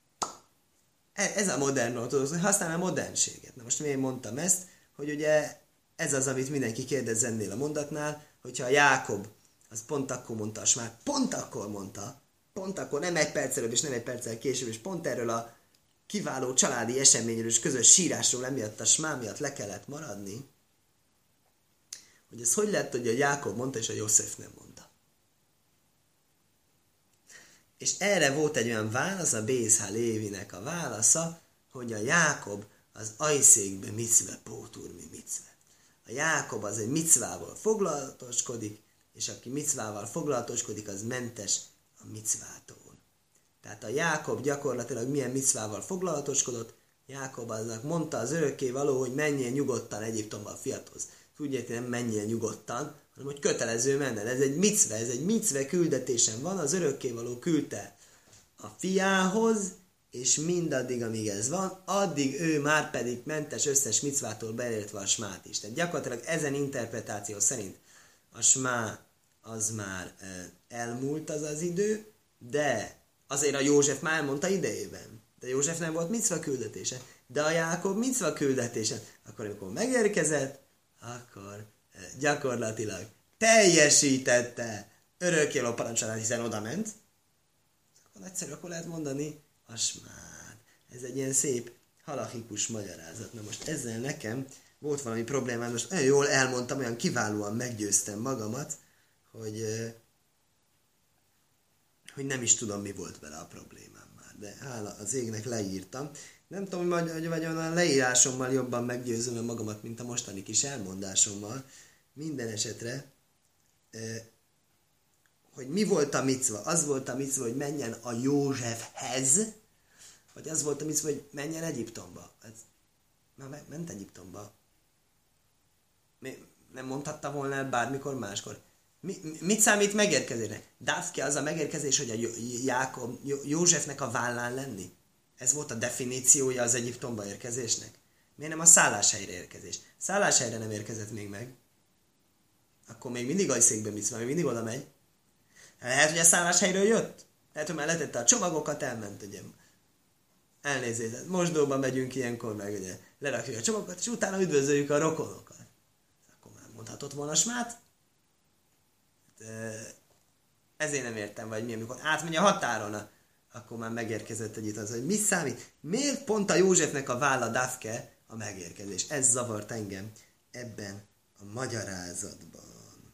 Ez a modern ortodox, hogy használom a modernséget. Na most miért mondtam ezt? Hogy ugye ez az, amit mindenki kérdez ennél a mondatnál, hogyha a Jákob, az pont akkor mondta a smát, pont akkor mondta, pont akkor, nem egy perc előbb és nem egy perccel később, és pont erről a kiváló családi eseményről és közös sírásról emiatt a smá miatt le kellett maradni, hogy ez hogy lett, hogy a Jákob mondta, és a József nem mondta. És erre volt egy olyan válasz, a Bészhá Lévinek a válasza, hogy a Jákob az ajszékbe micve póturmi micve. A Jákob az egy micvával foglalatoskodik, és aki micvával foglalatoskodik, az mentes a micvától. Tehát a Jákob gyakorlatilag milyen micvával foglalatoskodott, Jákob aznak mondta az örökkévaló, hogy menjél nyugodtan Egyiptomba a fiathoz. Tudják, nem menjél nyugodtan, hanem hogy kötelező menned. Ez egy micve, ez egy micve küldetésen van, az örökkévaló küldte a fiához, és mindaddig, amíg ez van, addig ő már pedig mentes összes micvától beleértve a smát is. Tehát gyakorlatilag ezen interpretáció szerint a smá az már elmúlt az az idő, de azért a József már elmondta idejében. De József nem volt micva küldetése, de a Jákob micva küldetése. Akkor amikor megérkezett, akkor gyakorlatilag teljesítette örökkévaló parancsolát, hiszen oda ment. Akkor nagyszerű, akkor lehet mondani a smát. Ez egy ilyen szép halachikus magyarázat. Na most ezzel nekem volt valami problémám, most olyan jól elmondtam, olyan kiválóan meggyőztem magamat, hogy, hogy nem is tudom, mi volt vele a problémám már. De hála az égnek leírtam. Nem tudom, hogy vagy a leírásommal jobban meggyőzöm magamat, mint a mostani kis elmondásommal. Minden esetre, hogy mi volt a micva? Az volt a micva, hogy menjen a Józsefhez, vagy az volt a micva, hogy menjen Egyiptomba? Ez, már ment Egyiptomba. Nem mondhatta volna el bármikor máskor. Mi, mit számít megérkezésre? Dávke az a megérkezés, hogy a Jákob, Józsefnek a vállán lenni? Ez volt a definíciója az Egyiptomba érkezésnek? Miért nem a szálláshelyre érkezés? Szálláshelyre nem érkezett még meg. Akkor még mindig ajszékben mit van, még mindig oda megy. Lehet, hogy a szálláshelyről jött? Lehet, hogy már letette a csomagokat, elment, ugye. Elnézést, mosdóban megyünk ilyenkor, meg ugye lerakjuk a csomagokat, és utána üdvözöljük a rokonokat. Akkor már mondhatott volna smát. De Ezért nem értem, vagy mi, amikor átmegy a határon, akkor már megérkezett egy az, hogy mi számít? Miért pont a Józsefnek a válla dafke a megérkezés? Ez zavart engem ebben a magyarázatban.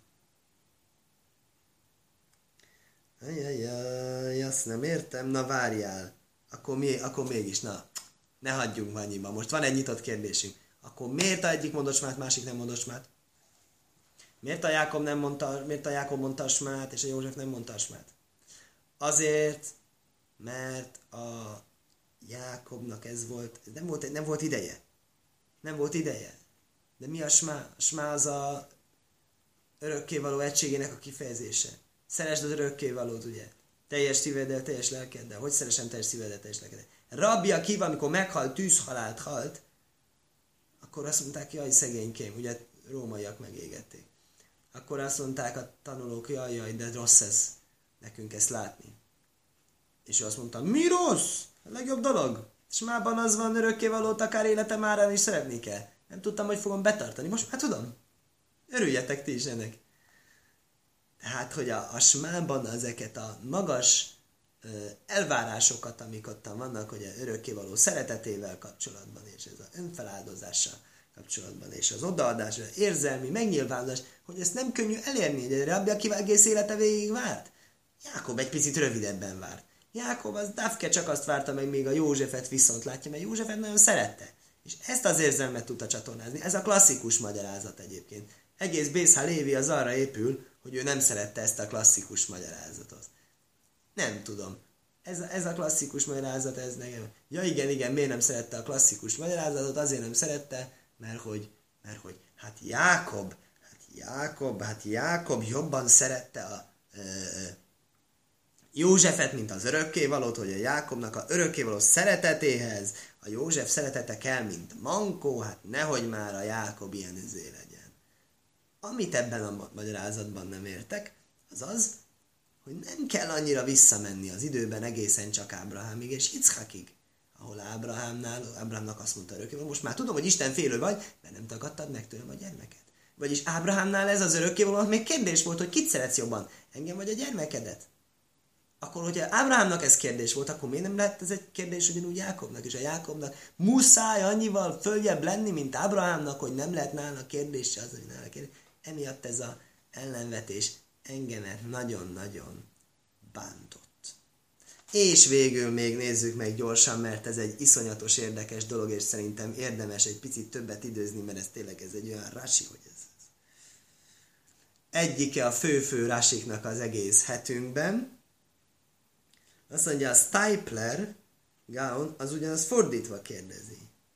Ajajaj, azt nem értem, na várjál. Akkor, mi, akkor mégis, na, ne hagyjunk annyiba. Most van egy nyitott kérdésünk. Akkor miért a egyik mondott smát, másik nem mondott smát? Miért a Jákob nem mondta, miért a Jákob mondta a smát, és a József nem mondta a smát? Azért, mert a Jákobnak ez volt, nem volt, nem volt ideje. Nem volt ideje. De mi a smá? A smá az a örökkévaló egységének a kifejezése. Szeresd az örökkévalót, ugye? Teljes szíveddel, teljes lelkeddel. Hogy szeresem teljes szíveddel, teljes lelkeddel? Rabbi Akiva, amikor meghalt, tűzhalált halt, akkor azt mondták, jaj, szegénykém, ugye rómaiak megégették. Akkor azt mondták a tanulók, jaj, jaj, de rossz ez, nekünk ezt látni. És ő azt mondta, mi rossz? A legjobb dolog. És mában az van, örökkévalót akár életem árán is szeretni kell. Nem tudtam, hogy fogom betartani. Most már tudom. Örüljetek ti is ennek. Tehát, hogy a, a smában ezeket a magas ö, elvárásokat, amik ott vannak, hogy a örökkévaló szeretetével kapcsolatban, és ez az önfeláldozással kapcsolatban, és az odaadás, az érzelmi megnyilvánulás, hogy ezt nem könnyű elérni, hogy a Rabbi Akiva egész élete végig várt. Jákob egy picit rövidebben várt. Jákob az Dafke csak azt várta meg, még a Józsefet viszont látja, mert Józsefet nagyon szerette. És ezt az érzelmet tudta csatornázni. Ez a klasszikus magyarázat egyébként. Egész Bészhá Lévi az arra épül, hogy ő nem szerette ezt a klasszikus magyarázatot. Nem tudom. Ez, ez a klasszikus magyarázat, ez nekem... Ja igen, igen, miért nem szerette a klasszikus magyarázatot? Azért nem szerette, mert hogy, mert hogy hát Jákob, hát Jákob, hát Jákob jobban szerette a ö, Józsefet, mint az örökkévalót, hogy a Jákobnak a örökkévaló szeretetéhez a József szeretete kell, mint mankó, hát nehogy már a Jákob ilyen üzé legyen. Amit ebben a magyarázatban nem értek, az az, hogy nem kell annyira visszamenni az időben egészen csak Ábrahámig és Yitzchakig, ahol Ábrahámnál, Ábrahámnak azt mondta örökkévaló, most már tudom, hogy Isten félő vagy, de nem tagadtad meg tőlem a gyermeket. Vagyis Ábrahámnál ez az örökkévaló, még kérdés volt, hogy kit szeretsz jobban, engem vagy a gyermekedet? Akkor, hogyha Ábrahámnak ez kérdés volt, akkor miért nem lett ez egy kérdés ugyanúgy Jákobnak? És a Jákobnak muszáj annyival följebb lenni, mint Ábrahámnak, hogy nem lehet nála kérdés se az, hogy nála kérdés. Emiatt ez az ellenvetés engemet nagyon-nagyon bántott. És végül még nézzük meg gyorsan, mert ez egy iszonyatos érdekes dolog, és szerintem érdemes egy picit többet időzni, mert ez tényleg ez egy olyan rasi, hogy ez. Egyike a fő-fő rasiknak az egész hetünkben. Azt mondja, a Stipler Gaon az ugyanaz fordítva kérdezi.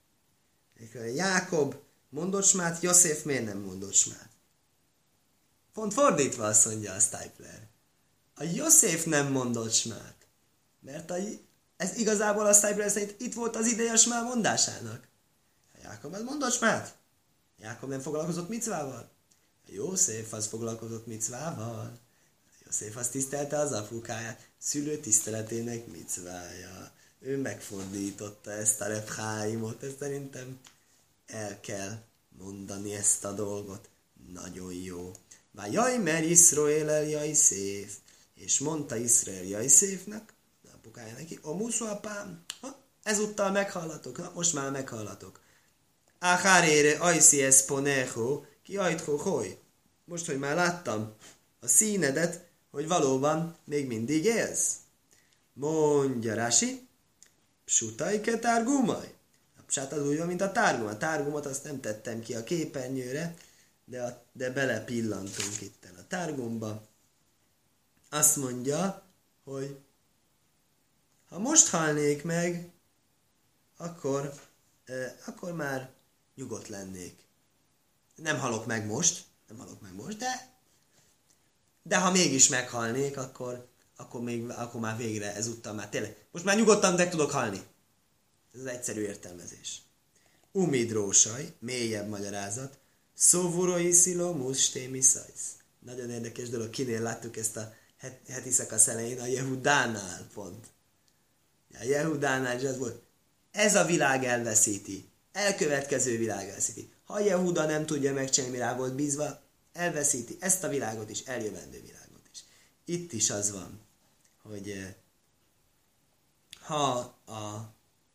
Jákob mondott smát, József miért nem mondott smát? Pont fordítva azt mondja a Stipler. A József nem mondott smát. Mert a, ez igazából a Stipler szerint itt volt az ideje a smá mondásának. A Jákob az mondott smát. Jákob nem foglalkozott micvával. A József az foglalkozott micvával. József azt tisztelte az apukáját. Szülő tiszteletének micvája. Ő megfordította ezt a Reb Chaimot. Ezt szerintem el kell mondani ezt a dolgot. Nagyon jó. Vajaj, mert Iszrael el Jajszéf. És mondta Iszrael Jajszéfnek, az apukája neki, o muszó apám, ha, ezúttal meghallatok, ha, most már meghallatok. Áhárére ajszi ez poneho, ki ajtho hoj. Most, hogy már láttam a színedet, hogy valóban még mindig élsz. Mondja Rási, psutajke tárgumaj. A psát az úgy van, mint a tárgum. A tárgumot azt nem tettem ki a képernyőre, de, a, de belepillantunk itt a tárgumba. Azt mondja, hogy ha most halnék meg, akkor, eh, akkor már nyugodt lennék. Nem halok meg most, nem halok meg most, de, de ha mégis meghalnék, akkor, akkor, még, akkor már végre ezúttal már tényleg. Most már nyugodtan meg tudok halni. Ez az egyszerű értelmezés. Umidrósaj, mélyebb magyarázat, szóvurói szilómusz stémiszajsz. Nagyon érdekes dolog, kinél láttuk ezt a heti szakasz elején, a Jehudánál pont. A Jehudánál is ez volt. Ez a világ elveszíti. Elkövetkező világ elveszíti. Ha Jehuda nem tudja megcsinálni, mire rá volt bízva, elveszíti ezt a világot is, eljövendő világot is. itt is az van, hogy ha a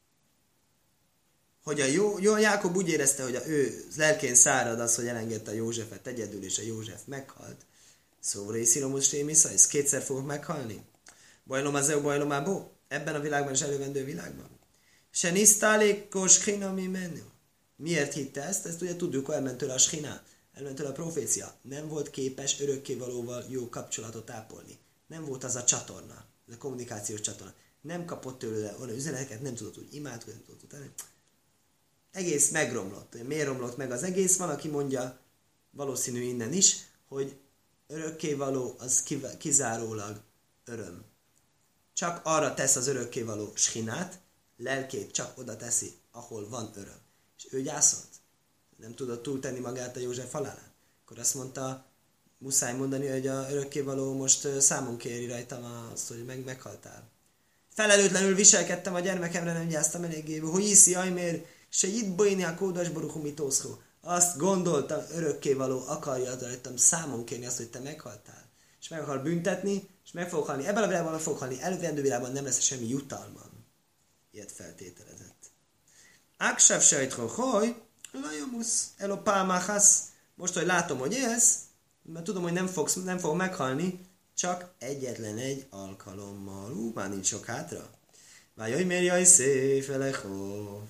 hogy a jó, jó, Jákob úgy érezte, hogy a ő lelkén szárad az, hogy elengedte a Józsefet egyedül, és a József meghalt. Szóval részíromus rémisza, ez kétszer fogok meghalni. Bajlom az EU, bajlom ábó? Ebben a világban és elővendő világban. Se nisztálékos chinami menő. Miért hitte ezt? Ezt ugye tudjuk, hogy elment tőle a schina, elment tőle a profécia. Nem volt képes örökkévalóval jó kapcsolatot ápolni. Nem volt az a csatorna, az a kommunikációs csatorna. Nem kapott tőle olyan üzeneteket, nem tudott úgy imádkozni, nem tudott utáni. Egész megromlott. Miért romlott meg az egész? Van, aki mondja, valószínű innen is, hogy örökkévaló az kizárólag öröm. Csak arra tesz az örökkévaló schinát, lelkét csak oda teszi, ahol van öröm. És ő gyászolt. Nem tudott túltenni magát a József halálán. Akkor azt mondta, muszáj mondani, hogy a örökkévaló most számon kéri rajtam azt, hogy meg, meghaltál. Felelőtlenül viselkedtem a gyermekemre, nem gyáztam eléggé. Hogy iszi, ajmér, se itt bojni a kódas baruchu mitószkó. Azt gondoltam, örökkévaló akarja rajtam számon kérni azt, hogy te meghaltál. És meg akar büntetni, és meg fog halni. Ebben a világban meg fog halni. Elővendő világban nem lesz semmi jutalmam. Ilyet feltételezett. Aksav sejtro hoj, lajomusz, elopálmáhasz. Most, hogy látom, hogy élsz, mert tudom, hogy nem, fogsz, nem fog meghalni, csak egyetlen egy alkalommal. Ú, már nincs sok hátra. Vájaj, miért jaj, szép, felechov.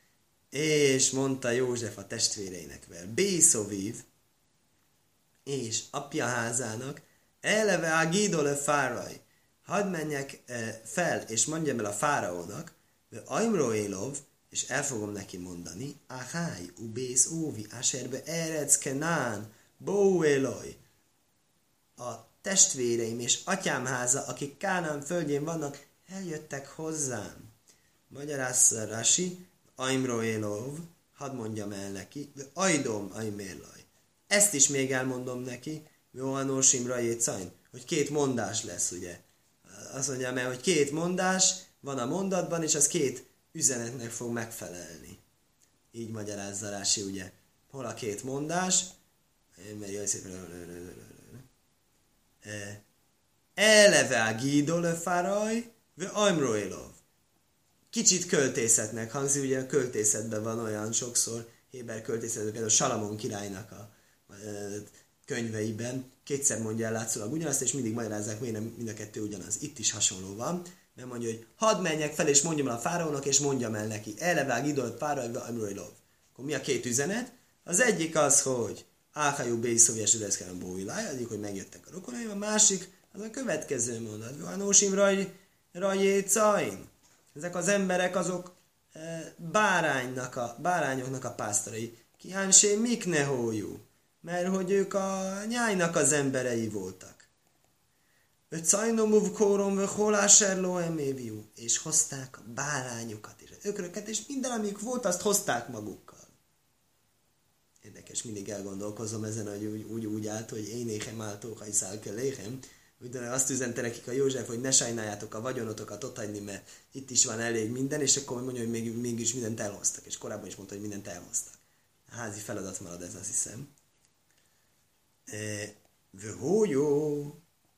És mondta József a testvéreinek, Bészovív, és apja házának, eleve a gídole fáraj, hadd menjek fel, és mondjam el a fáraónak, Ajmro Élov, és el fogom neki mondani, Aháj, ubész óvi, aserbe eredsz kenán, bó Éloj. A testvéreim és atyám háza, akik Kánán földjén vannak, eljöttek hozzám. Magyarázza Rasi, Ajmro Élov, hadd mondjam el neki, ajdom ajmérlaj. Ezt is még elmondom neki, Jóhanósim Rajécain, hogy két mondás lesz, ugye. Azt mondja el, hogy két mondás van a mondatban, és az két üzenetnek fog megfelelni. Így magyarázza Rási, ugye. Hol a két mondás? Mert jaj szépen... Eleve a gídole fáraj, ve Ajmro Élov. Kicsit költészetnek hangzik, ugye a költészetben van olyan sokszor, Héber költészetben, például Salamon királynak a könyveiben kétszer mondja el látszólag ugyanazt, és mindig magyarázzák, miért nem mind a kettő ugyanaz. Itt is hasonló van, mert mondja, hogy hadd menjek fel, és mondjam el a fáraónak, és mondjam el neki. Ellevág idolt fáraóba Amrojlov. Akkor mi a két üzenet? Az egyik az, hogy Áhajú Bészóvi és Üreszkelen Bóviláj, egyik, hogy megjöttek a rokonaim, a másik, az a következő mondat. Jóhanósim Rajécain. Ezek az emberek azok e, báránynak a, bárányoknak a pásztorai. Kiánsé miknehójú. Mert hogy ők a nyájnak az emberei voltak. Öcajnomúv kórom ve holáserló eméviú. És hozták a bárányokat és a ökröket, és minden, amik volt, azt hozták magukkal. Érdekes, mindig elgondolkozom ezen, hogy úgy, úgy, úgy állt, hogy én éhem áltó, ha iszál kell éhem. Ugyan azt üzente nekik a József, hogy ne sajnáljátok a vagyonotokat otthagyni, mert itt is van elég minden, és akkor mondja, hogy még, mégis mindent elhoztak. És korábban is mondta, hogy mindent elhoztak. A házi feladat marad ez, azt hiszem. Vöhójó,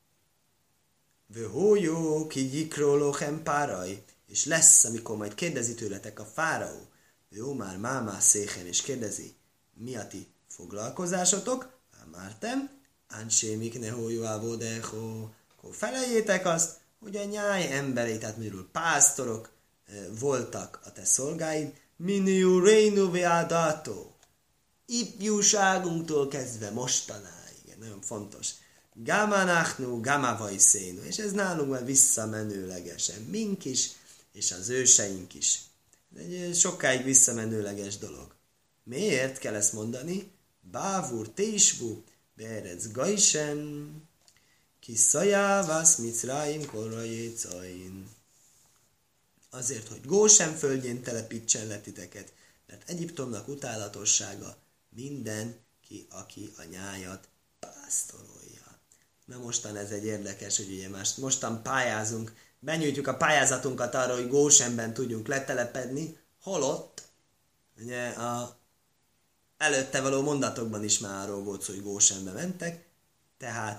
vöhójó, ki gyikrólóhem páraj, és lesz, amikor majd kérdezi tőletek a fáraó, jó már mámá széhen, és kérdezi, mi a ti foglalkozásotok? Ámártem, ánsémik ne hójó ábódehó, akkor feleljétek azt, hogy a nyáj emberei, tehát mondjuk pásztorok voltak a te szolgáid, miniu reinu veádátó, ifjúságunktól kezdve mostanáig, nagyon fontos. Gamanachnu, gamavajszénu, és ez nálunk már visszamenőlegesen, mink is, és az őseink is. Egy sokáig visszamenőleges dolog. Miért kell ezt mondani? Bávur tésbu, berec gajsen, kiszajávász micráim korrajécain. Azért, hogy Gósen földjén telepítsen le titeket, mert Egyiptomnak utálatossága mindenki, aki a nyájat pásztorolja. Na mostan ez egy érdekes, hogy ugye most, mostan pályázunk, benyújtjuk a pályázatunkat arra, hogy Gósenben tudjunk letelepedni, holott ugye a előtte való mondatokban is már arról volt szó, hogy Gósenbe mentek, tehát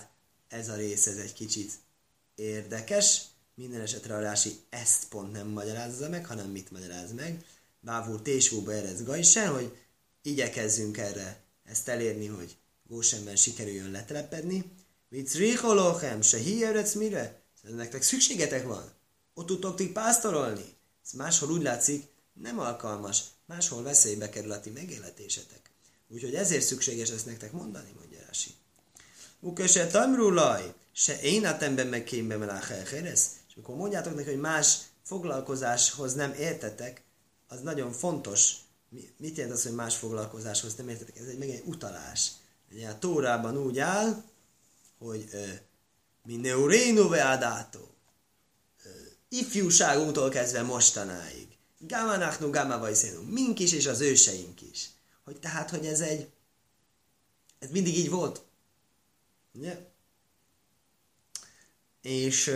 ez a rész, ez egy kicsit érdekes. Minden esetre a Rási ezt pont nem magyarázza meg, hanem mit magyaráz meg. Bávúr tésvóba erez gajsen, hogy igyekezzünk erre ezt elérni, hogy Gósenben sikerüljön letelepedni. Vicz riholochem, se hierec mire? Nektek szükségetek van? Ott tudtok ti pásztorolni? Ez máshol úgy látszik, nem alkalmas, máshol veszélybe kerül a ti megéletésetek. Úgyhogy ezért szükséges ezt nektek mondani, mondja Rási. Uköse tamrulaj, se én a temben meg kémbe meláchelcheresz. És amikor mondjátok neki, hogy más foglalkozáshoz nem értetek, az nagyon fontos. Mit jelent az, hogy más foglalkozáshoz nem értetek? Ez egy meg egy utalás. Ugye a Tórában úgy áll, hogy mi neurénu veadátó. Ifjúságunktól kezdve mostanáig. Gamanachnu gamma vajszénu. Mink is és az őseink is. Hogy tehát, hogy ez egy ez mindig így volt. Ugye? És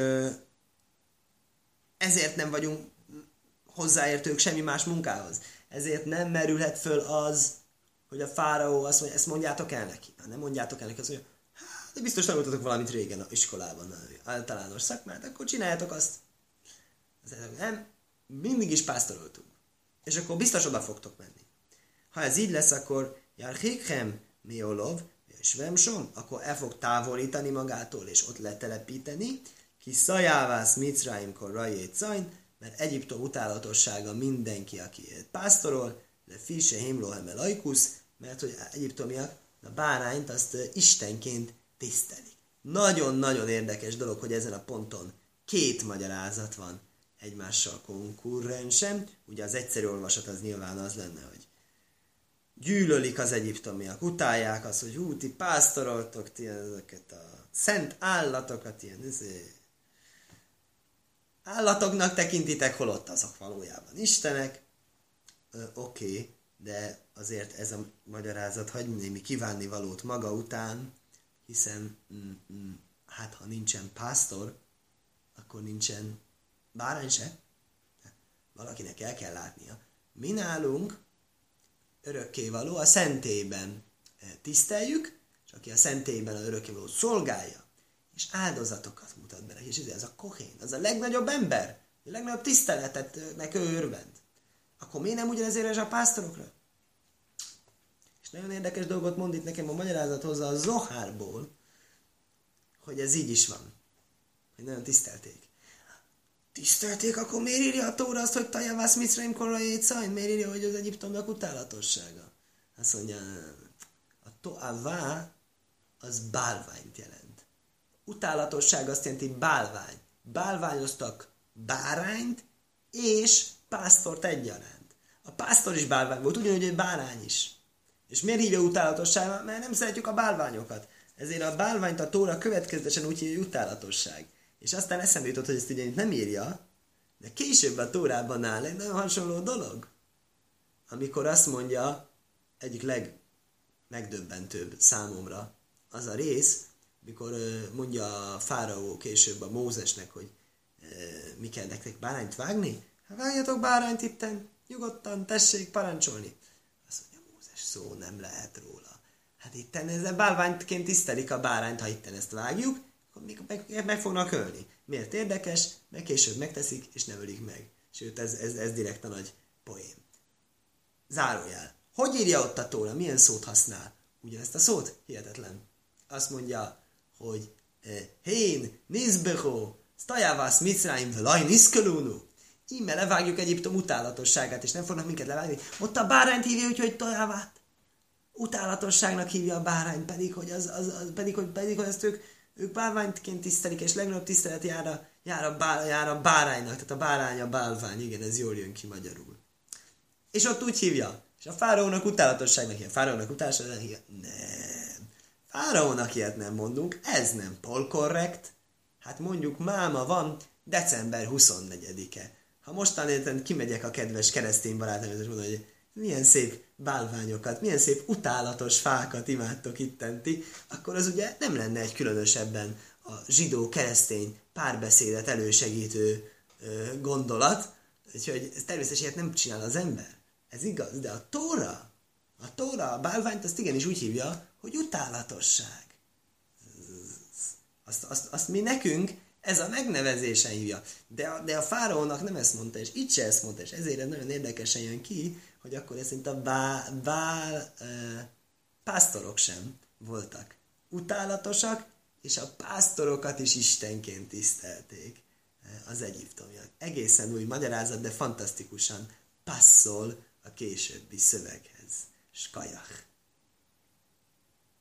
ezért nem vagyunk hozzáértők semmi más munkához. Ezért nem merülhet föl az, hogy a fáraó azt mondja, ezt mondjátok el neki. Ha nem mondjátok el neki, azt mondja, hát, de biztos tanultatok valamit régen a iskolában, általános szakmát, akkor csináljátok azt. Nem, mindig is pásztoroltunk. És akkor biztos oda fogtok menni. Ha ez így lesz, akkor járhékhem miolov, és vemsom, akkor el fog távolítani magától, és ott letelepíteni, ki szajávász Micraimkor rajét szajn, mert Egyiptom utálatossága mindenki, aki pásztorol, de fise himlohem laikus, mert hogy egyiptomiak a bárányt azt istenként tisztelik. Nagyon-nagyon érdekes dolog, hogy ezen a ponton két magyarázat van egymással konkurrensen. Ugye az egyszerű olvasat az nyilván az lenne, hogy gyűlölik az egyiptomiak, utálják azt, hogy hú, ti pásztoroltok, ti ezeket a szent állatokat, ilyen izé, állatoknak tekintitek, holott azok valójában istenek. Oké, okay, de azért ez a magyarázat hagy némi kívánni valót maga után, hiszen mm, mm, hát ha nincsen pásztor, akkor nincsen bárány se. Valakinek el kell látnia. Mi nálunk örökkévaló a szentélyben tiszteljük, és aki a szentélyben a örökkévalót szolgálja, és áldozatokat mutat be neki, és ez a kohén, az a legnagyobb ember, a legnagyobb tiszteletet neki ő örvend. Akkor miért nem ugyanezért ez a pásztorokra? És nagyon érdekes dolgot mond itt nekem a magyarázat hozzá a Zohárból, hogy ez így is van. Hogy nagyon tisztelték. Tisztelték, akkor miért írja a Tóra azt, hogy Tajavász Micraim korrajét szajn? Miért írja, hogy az Egyiptomnak utálatossága? Azt mondja, a Toavá az bálványt jelent. Utálatosság azt jelenti bálvány. Bálványoztak bárányt és pásztort egyaránt. A pásztor is bálvány volt, ugyanúgy egy bárány is. És miért hívja utálatosság? Mert nem szeretjük a bálványokat. Ezért a bálványt a Tóra következetesen úgy hívja, hogy utálatosság. És aztán eszembe jutott, hogy ezt ugye nem írja, de később a Tórában áll egy nagyon hasonló dolog. Amikor azt mondja, egyik legmegdöbbentőbb számomra az a rész, mikor mondja a fáraó később a Mózesnek, hogy e, mi kell nektek bárányt vágni? Hát vágjatok bárányt itten, nyugodtan, tessék parancsolni. Azt mondja, Mózes, szó nem lehet róla. Hát itten ezzel bálványként tisztelik a bárányt, ha itten ezt vágjuk, akkor meg, meg fognak ölni. Miért érdekes? Meg később megteszik, és nem ölik meg. Sőt, ez, ez, ez direkt a nagy poém. Zárójel. Hogy írja ott a Tóra? Milyen szót használ? Ugyanezt a szót? Hihetetlen. Azt mondja, hogy hén, nizbeho, stajávász Micraim velaj niszkölúnu. Íme levágjuk Egyiptom utálatosságát, és nem fognak minket levágni. Ott a bárányt hívja, úgyhogy tajávát. Utálatosságnak hívja a bárány, pedig, hogy, az, az, az, pedig, hogy, pedig, hogy ezt ők, ők bálványként tisztelik, és legnagyobb tisztelet jár a, jár, a bá, jár a báránynak, tehát a bárány a bálvány, igen, ez jól jön ki magyarul. És ott úgy hívja, és a fáraónak utálatosságnak hívja. Fáraónak utálatosságnak hívja? Nem. Fáraónak ilyet nem mondunk, ez nem polkorrekt. Hát mondjuk máma van december huszonnegyedike. Ha mostan kimegyek a kedves keresztény barátomhoz, és mondom, hogy milyen szép bálványokat, milyen szép utálatos fákat imádtok ittenti, akkor az ugye nem lenne egy különösebben a zsidó-keresztény párbeszédet elősegítő ö, gondolat, úgyhogy ez természetesen nem csinál az ember. Ez igaz, de a Tóra, a Tóra, a bálványt azt igenis úgy hívja, hogy utálatosság. Azt, azt, azt mi nekünk ez a megnevezésen hívja. De a, de a fáraónak nem ezt mondta, és itt se ezt mondta, és ezért nagyon érdekesen jön ki, hogy akkor ez szerint a bá, bál e, pásztorok sem voltak utálatosak, és a pásztorokat is istenként tisztelték az egyiptomiak. Egészen új magyarázat, de fantasztikusan passzol a későbbi szöveghez. Skajach.